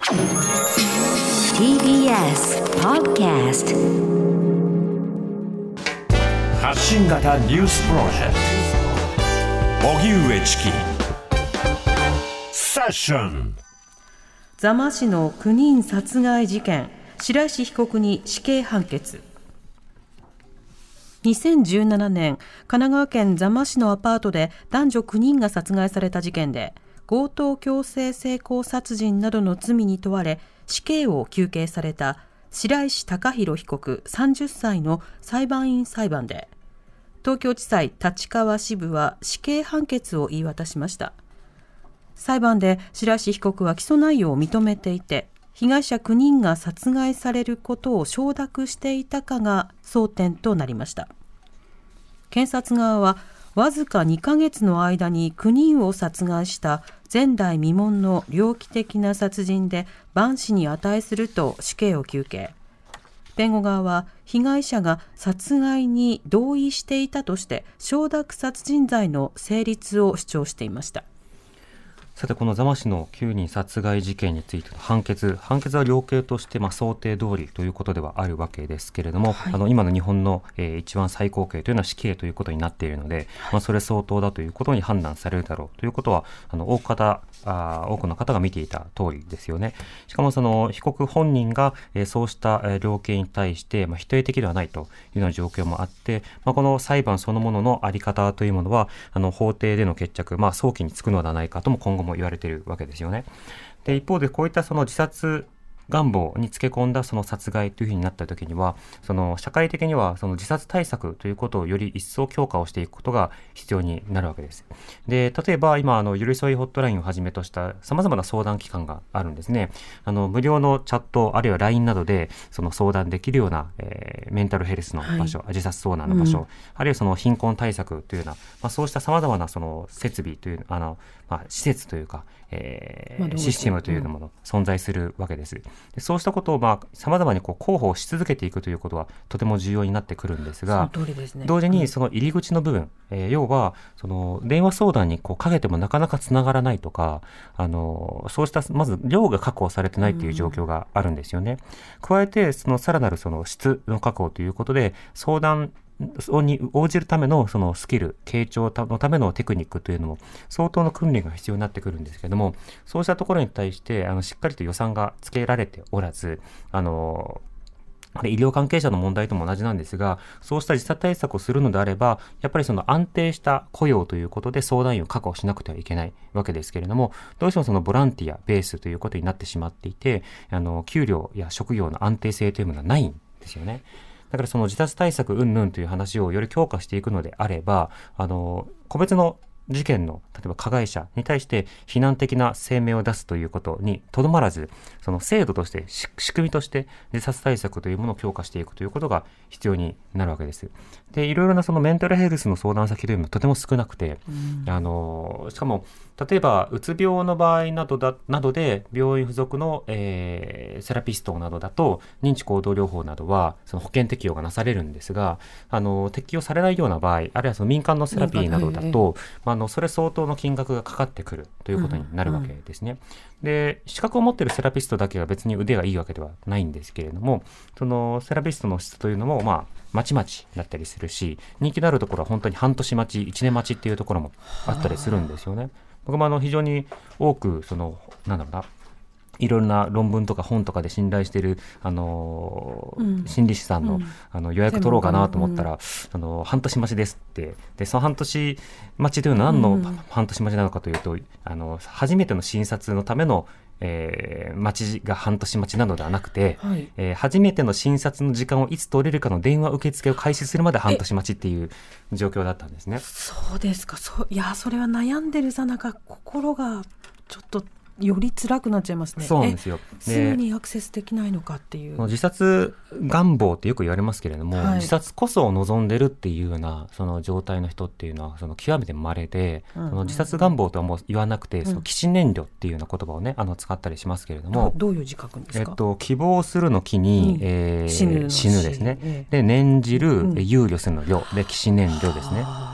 TBS Podcast 発信型ニュースプロジェクト荻上チキセッション。 座間市の9人殺害事件、白石被告に死刑判決。2017年、神奈川県座間市のアパートで男女9人が殺害された事件で、強盗強制性交殺人などの罪に問われ死刑を求刑された白石貴弘被告30歳の裁判員裁判で、東京地裁立川支部は死刑判決を言い渡しました。裁判で白石被告は起訴内容を認めていて、被害者9人が殺害されることを承諾していたかが争点となりました。検察側はわずか2ヶ月の間に9人を殺害した前代未聞の猟奇的な殺人で万死に値すると死刑を求刑。弁護側は被害者が殺害に同意していたとして承諾殺人罪の成立を主張していました。 さて、この座間市の9人殺害事件についての判決は量刑として想定通りということではあるわけですけれども、はい、今の日本の、一番最高刑というのは死刑ということになっているので、それ相当だということに判断されるだろうということは多くの方が見ていた通りですよね。しかもその被告本人が、そうした、量刑に対して、否定的ではないというような状況もあって、この裁判そのもののあり方というものは法廷での決着、早期につくのではないかとも今後も言われているわけですよね。で、一方でこういったその自殺願望につけ込んだその殺害というふうになった時には、その社会的にはその自殺対策ということをより一層強化をしていくことが必要になるわけです。で、例えば今寄り添いホットラインをはじめとした様々な相談機関があるんですね。無料のチャットあるいは LINE などでその相談できるような、メンタルヘルスの場所、自殺相談の場所、あるいはその貧困対策というような、そうした様々なその設備という施設というか、システムというもの存在するわけです。で、そうしたことを様々に広報し続けていくということはとても重要になってくるんですが、 その通りですね。 同時にその入り口の部分、要はその電話相談にかけてもなかなかつながらないとか、そうしたまず量が確保されてないという状況があるんですよね。加えてそのさらなるその質の確保ということで、相談に応じるためのそのスキル、傾聴のためのテクニックというのも相当の訓練が必要になってくるんですけれども、そうしたところに対してしっかりと予算がつけられておらず、これ医療関係者の問題とも同じなんですが、そうした自殺対策をするのであれば、やっぱりその安定した雇用ということで相談員を確保しなくてはいけないわけですけれども、どうしてもそのボランティアベースということになってしまっていて、給料や職業の安定性というものはないんですよね。だからその自殺対策云々という話をより強化していくのであれば、個別の事件の例えば加害者に対して非難的な声明を出すということにとどまらず、その制度として仕組みとして自殺対策というものを強化していくということが必要になるわけです。で、いろいろなそのメンタルヘルスの相談先というのはとても少なくて、しかも例えばうつ病の場合などで病院付属の、セラピストなどだと認知行動療法などはその保険適用がなされるんですが、適用されないような場合、あるいはその民間のセラピーなどだと、それ相当の金額がかかってくるということになるわけですね。で、資格を持っているセラピストだけが別に腕がいいわけではないんですけれども、そのセラピストの質というのもまちまちだったりするし、人気のあるところは本当に半年待ち、1年待ちっていうところもあったりするんですよね。僕も非常に多くいろいろな論文とか本とかで信頼している、心理師さんの、予約取ろうかなと思ったら、半年待ちですって。で、その半年待ちというのは何の半年待ちなのかというと、初めての診察のための、待ちが半年待ちなのではなくて、初めての診察の時間をいつ取れるかの電話受付を開始するまで半年待ちっていう状況だったんですね。 そうですか。いや、それは悩んでるさなか心がちょっとより辛くなっちゃいますね。 そうなんですよ。 すぐにアクセスできないのかっていう。 自殺願望ってよく言われますけれども、自殺こそを望んでるっていうようなその状態の人っていうのは極めて稀で、自殺願望とはもう言わなくて、起死燃料っていうような言葉をね使ったりしますけれども、 どういう字書くんですか？ 希望するの希に、死ぬですね。で、念じる、憂慮するの慮で起死燃料ですね。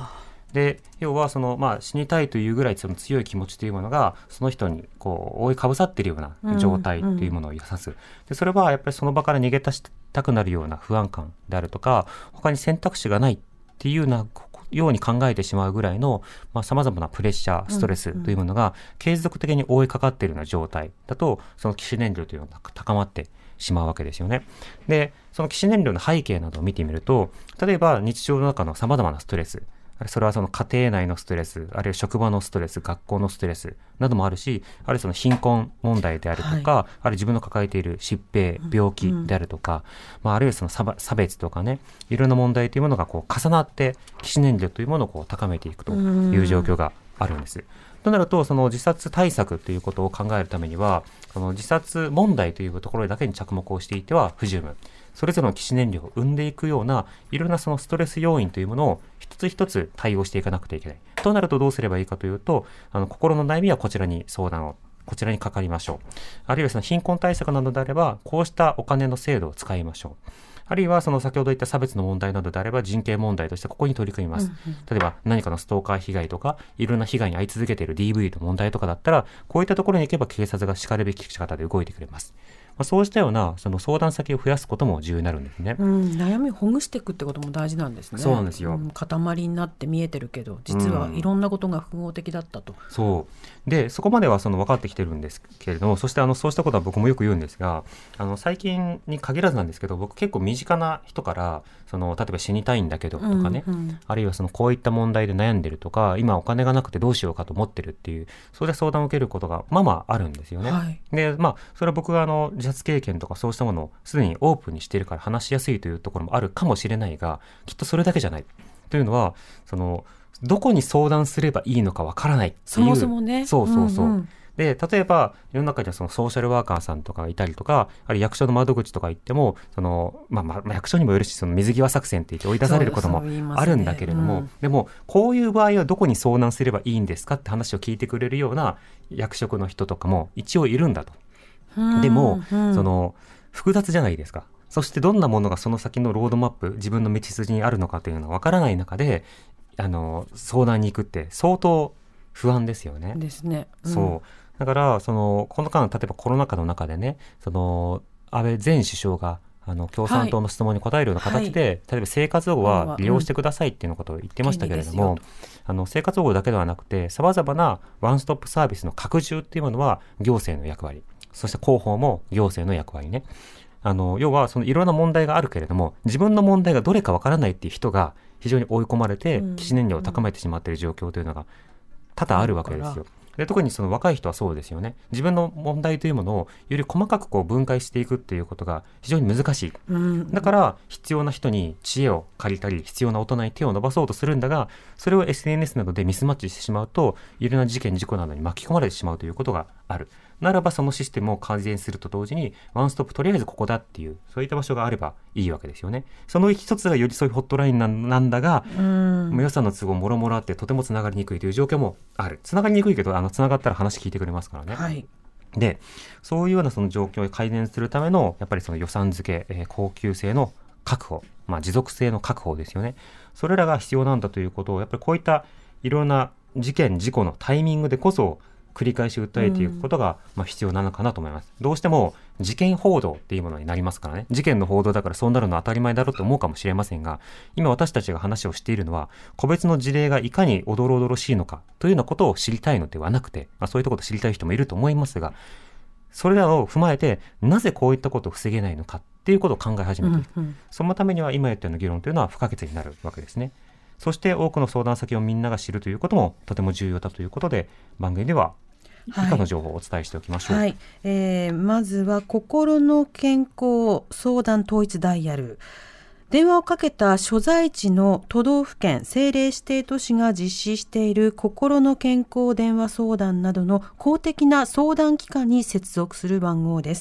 で要は死にたいというぐらいその強い気持ちというものがその人に覆いかぶさっているような状態というものを指す、でそれはやっぱりその場から逃げ出したくなるような不安感であるとか、他に選択肢がないっていうように考えてしまうぐらいの様々なプレッシャー、ストレスというものが継続的に覆いかかっているような状態だと、その起死燃料というのが高まってしまうわけですよね。で、その起死燃料の背景などを見てみると、例えば日常の中の様々なストレス、それはその家庭内のストレス、あるいは職場のストレス、学校のストレスなどもあるし、あるいはその貧困問題であるとか、あるいは自分の抱えている疾病、病気であるとか、あるいはその差別とかね、いろんな問題というものが重なって起死燃料というものを高めていくという状況があるんです。となると、その自殺対策ということを考えるためには、その自殺問題というところだけに着目をしていては不十分。それぞれの起死燃料を生んでいくようないろんなそのストレス要因というものを一つ一つ対応していかなくてはいけない。となるとどうすればいいかというと、心の悩みはこちらに相談を、こちらにかかりましょう。あるいはその貧困対策などであれば、こうしたお金の制度を使いましょう。あるいはその先ほど言った差別の問題などであれば人権問題としてここに取り組みます。例えば何かのストーカー被害とかいろんな被害に遭い続けている DV の問題とかだったら、こういったところに行けば警察がしかるべき仕方で動いてくれます。そうしたようなその相談先を増やすことも重要になるんですね。 悩みをほぐしていくってことも大事なんですね。 そうなんですよ。 塊になって見えてるけど、実はいろんなことが複合的だったと。 そうで、そこまでは分かってきてるんですけれども、そしてそうしたことは僕もよく言うんですが、最近に限らずなんですけど、僕結構身近な人から例えば死にたいんだけどとかね、あるいはこういった問題で悩んでるとか、今お金がなくてどうしようかと思ってるっていう、そういった相談を受けることがあるんですよね。で、それは僕が自殺経験とかそうしたものをすでにオープンにしているから話しやすいというところもあるかもしれないが、きっとそれだけじゃないというのは、どこに相談すればいいのかわからないっていう、 そもそもね。 で、例えば世の中にはソーシャルワーカーさんとかがいたりとか、あるいは役所の窓口とか行っても役所にもよるし、水際作戦って言って追い出されることもあるんだけれども、でもこういう場合はどこに相談すればいいんですかって話を聞いてくれるような役職の人とかも一応いるんだと。でも複雑じゃないですか。そしてどんなものがその先のロードマップ、自分の道筋にあるのかというのは分からない中で相談に行くって相当不安ですよね。 ですね。 そうだからこの間、例えばコロナ禍の中でね、安倍前首相が共産党の質問に答えるような形で、例えば生活保護は利用してくださいっていうことを言ってましたけれども、生活保護だけではなくて様々なワンストップサービスの拡充っていうものは行政の役割、そして広報も行政の役割ね。要はいろんな問題があるけれども、自分の問題がどれかわからないっていう人が非常に追い込まれて起死燃料を高めてしまっている状況というのが多々あるわけですよ。で、特に若い人はそうですよね。自分の問題というものをより細かく分解していくっていうことが非常に難しい。だから必要な人に知恵を借りたり、必要な大人に手を伸ばそうとするんだが、それを SNS などでミスマッチしてしまうと、いろんな事件事故などに巻き込まれてしまうということがある。ならばそのシステムを改善すると同時にワンストップとりあえずここだっていう、そういった場所があればいいわけですよね。その一つが寄り添いホットラインなんだが、予算の都合もろもろあってとてもつながりにくいという状況もある。つながりにくいけどつながったら話聞いてくれますからね。で、そういうようなその状況を改善するためのやっぱり予算付け、恒久性の確保、持続性の確保ですよね。それらが必要なんだということを、やっぱりこういったいろんな事件事故のタイミングでこそ繰り返し訴えていくことが必要なのかなと思います。どうしても事件報道っていうものになりますからね。事件の報道だからそうなるのは当たり前だろうと思うかもしれませんが、今私たちが話をしているのは個別の事例がいかにおどろおどろしいのかというようなことを知りたいのではなくて、そういったことを知りたい人もいると思いますが、それらを踏まえてなぜこういったことを防げないのかっていうことを考え始めている、そのためには今言ったような議論というのは不可欠になるわけですね。そして多くの相談先をみんなが知るということもとても重要だということで、番組では以下の情報をお伝えしておきましょう。 まずは心の健康相談統一ダイヤル。電話をかけた所在地の都道府県、政令指定都市が実施している心の健康電話相談などの公的な相談機関に接続する番号です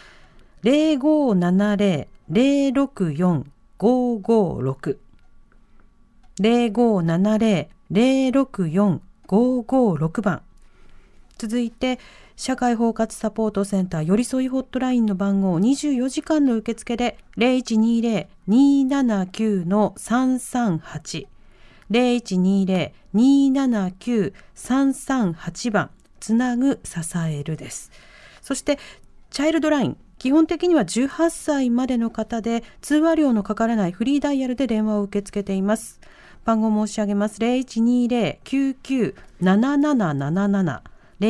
。0570-064-556 0570-064-556番。続いて社会包括サポートセンター寄り添いホットラインの番号、24時間の受付で 0120-279-338 0120-279-338番つなぐ支えるです。そしてチャイルドライン、基本的には18歳までの方で通話料のかからないフリーダイヤルで電話を受け付けています。番号申し上げます。 0120-99-7777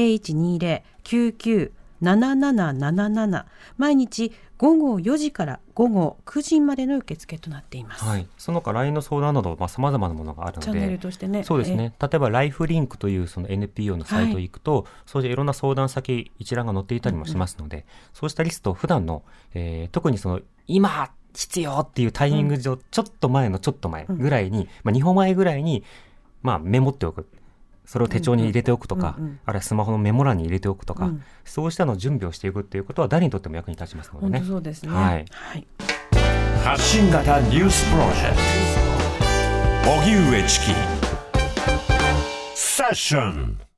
0120-99-7777 毎日午後4時から午後9時までの受付となっています。 はい、その他 LINE の相談などさまざまなものがあるので、 チャンネルとしてね。 そうですね。例えばライフリンクというその NPO のサイトに行くと、そういういろんな相談先一覧が載っていたりもしますので、そうしたリストを普段の、特にその今必要っていうタイミング上、ちょっと前のちょっと前ぐらいに、2歩前ぐらいに、メモっておく。それを手帳に入れておくとか、あるいはスマホのメモ欄に入れておくとか、そうしたのを準備をしていくっていうことは誰にとっても役に立ちますのでね。 本当そうですね。 はい。 発信型ニュースプロジェクト荻上チキセッション。